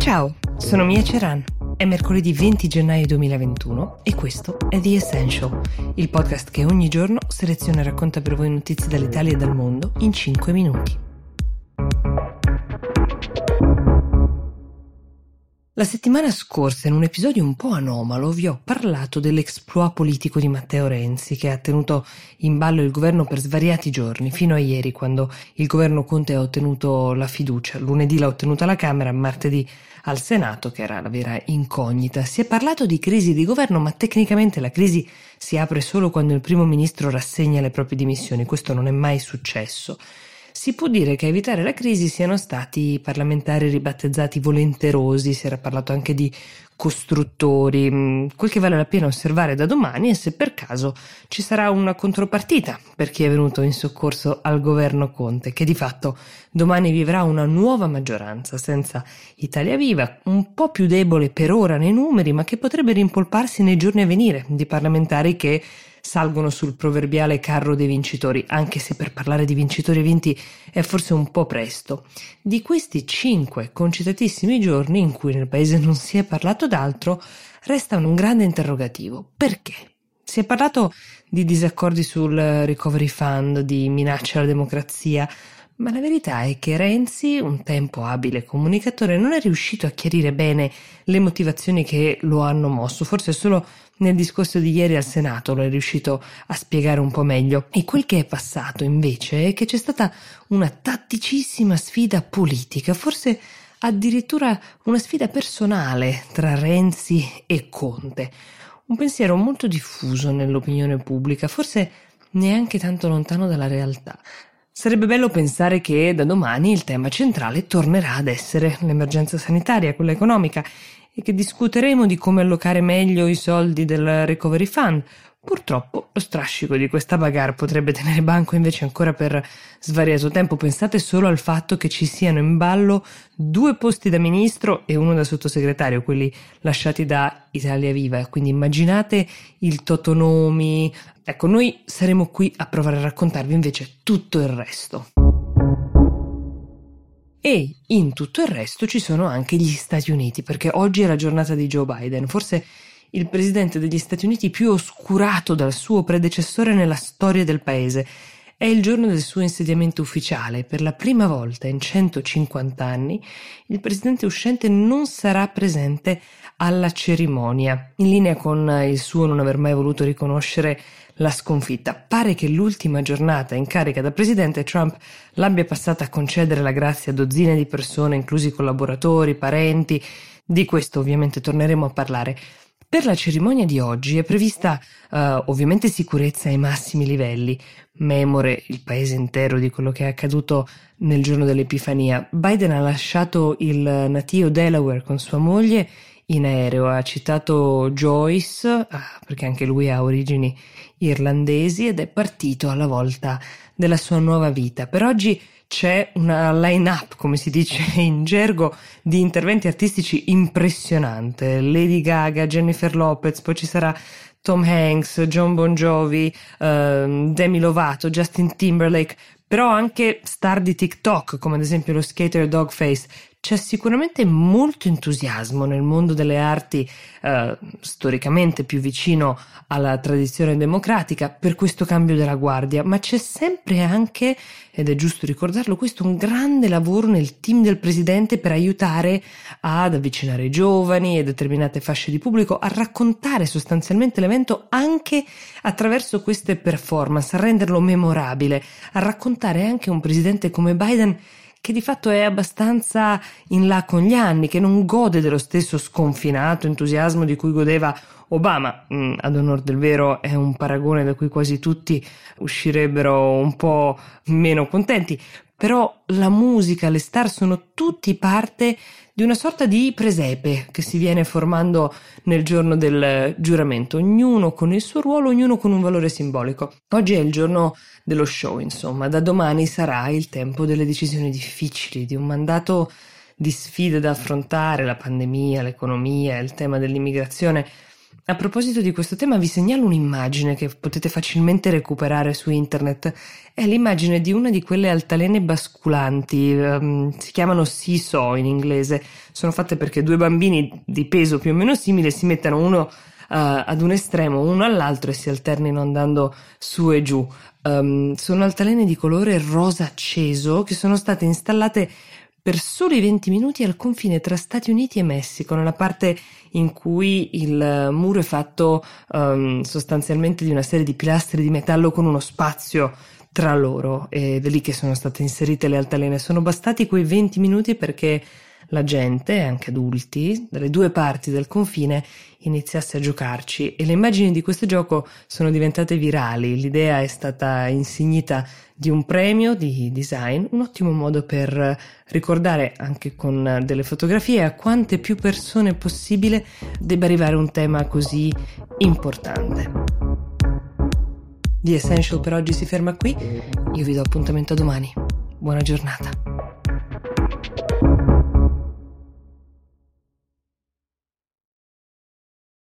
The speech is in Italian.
Ciao, sono Mia Ceran. È mercoledì 20 gennaio 2021 e questo è The Essential, il podcast che ogni giorno seleziona e racconta per voi notizie dall'Italia e dal mondo in 5 minuti. La settimana scorsa, in un episodio un po' anomalo, vi ho parlato dell'exploit politico di Matteo Renzi, che ha tenuto in ballo il governo per svariati giorni, fino a ieri, quando il governo Conte ha ottenuto la fiducia. Lunedì l'ha ottenuta alla Camera, martedì al Senato, che era la vera incognita. Si è parlato di crisi di governo, ma tecnicamente la crisi si apre solo quando il primo ministro rassegna le proprie dimissioni. Questo non è mai successo. Si può dire che a evitare la crisi siano stati i parlamentari ribattezzati volenterosi, si era parlato anche di costruttori. Quel che vale la pena osservare da domani è se per caso ci sarà una contropartita per chi è venuto in soccorso al governo Conte, che di fatto domani vivrà una nuova maggioranza senza Italia Viva, un po' più debole per ora nei numeri, ma che potrebbe rimpolparsi nei giorni a venire, di parlamentari che salgono sul proverbiale carro dei vincitori, anche se per parlare di vincitori e vinti è forse un po' presto. Di questi 5 concitatissimi giorni in cui nel paese non si è parlato d'altro, resta un grande interrogativo. Perché? Si è parlato di disaccordi sul Recovery Fund, di minacce alla democrazia, ma la verità è che Renzi, un tempo abile comunicatore, non è riuscito a chiarire bene le motivazioni che lo hanno mosso. Forse solo nel discorso di ieri al Senato lo è riuscito a spiegare un po' meglio. E quel che è passato invece è che c'è stata una tatticissima sfida politica, forse addirittura una sfida personale tra Renzi e Conte. Un pensiero molto diffuso nell'opinione pubblica, forse neanche tanto lontano dalla realtà. Sarebbe bello pensare che da domani il tema centrale tornerà ad essere l'emergenza sanitaria, quella economica, e che discuteremo di come allocare meglio i soldi del Recovery Fund. Purtroppo lo strascico di questa bagarre potrebbe tenere banco invece ancora per svariato tempo. Pensate solo al fatto che ci siano in ballo 2 posti da ministro e 1 da sottosegretario, quelli lasciati da Italia Viva. Quindi immaginate il totonomi. Ecco, noi saremo qui a provare a raccontarvi invece tutto il resto. E in tutto il resto ci sono anche gli Stati Uniti, perché oggi è la giornata di Joe Biden, forse il presidente degli Stati Uniti più oscurato dal suo predecessore nella storia del paese. È il giorno del suo insediamento ufficiale. Per la prima volta in 150 anni il presidente uscente non sarà presente alla cerimonia, in linea con il suo non aver mai voluto riconoscere la sconfitta. Pare che l'ultima giornata in carica da presidente Trump l'abbia passata a concedere la grazia a dozzine di persone, inclusi collaboratori, parenti. Di questo ovviamente torneremo a parlare. Per la cerimonia di oggi è prevista ovviamente sicurezza ai massimi livelli, memore il paese intero di quello che è accaduto nel giorno dell'Epifania. Biden ha lasciato il natio Delaware con sua moglie in aereo, ha citato Joyce, perché anche lui ha origini irlandesi, ed è partito alla volta della sua nuova vita. Per oggi c'è una line-up, come si dice in gergo, di interventi artistici impressionante. Lady Gaga, Jennifer Lopez, poi ci sarà Tom Hanks, John Bon Jovi, Demi Lovato, Justin Timberlake, però anche star di TikTok, come ad esempio lo skater Dogface. C'è sicuramente molto entusiasmo nel mondo delle arti, storicamente più vicino alla tradizione democratica, per questo cambio della guardia, ma c'è sempre anche, ed è giusto ricordarlo questo, un grande lavoro nel team del presidente per aiutare ad avvicinare i giovani e determinate fasce di pubblico, a raccontare sostanzialmente l'evento anche attraverso queste performance, a renderlo memorabile, a raccontare anche un presidente come Biden che di fatto è abbastanza in là con gli anni, che non gode dello stesso sconfinato entusiasmo di cui godeva Obama. Ad onor del vero è un paragone da cui quasi tutti uscirebbero un po' meno contenti, però la musica, le star sono tutti parte di una sorta di presepe che si viene formando nel giorno del giuramento, ognuno con il suo ruolo, ognuno con un valore simbolico. Oggi è il giorno dello show, insomma, da domani sarà il tempo delle decisioni difficili, di un mandato di sfide da affrontare, la pandemia, l'economia, il tema dell'immigrazione. A proposito di questo tema vi segnalo un'immagine che potete facilmente recuperare su internet. È l'immagine di una di quelle altalene basculanti, si chiamano seesaw in inglese. Sono fatte perché due bambini di peso più o meno simile si mettano uno ad un estremo, uno all'altro, e si alternino andando su e giù. Sono altalene di colore rosa acceso che sono state installate per soli 20 minuti al confine tra Stati Uniti e Messico, nella parte in cui il muro è fatto sostanzialmente di una serie di pilastri di metallo con uno spazio tra loro, ed è lì che sono state inserite le altalene. Sono bastati quei 20 minuti perché la gente, anche adulti, dalle due parti del confine iniziasse a giocarci, e le immagini di questo gioco sono diventate virali. L'idea è stata insignita di un premio di design, un ottimo modo per ricordare, anche con delle fotografie, a quante più persone possibile debba arrivare un tema così importante. The Essential per oggi si ferma qui, io vi do appuntamento a domani. Buona giornata.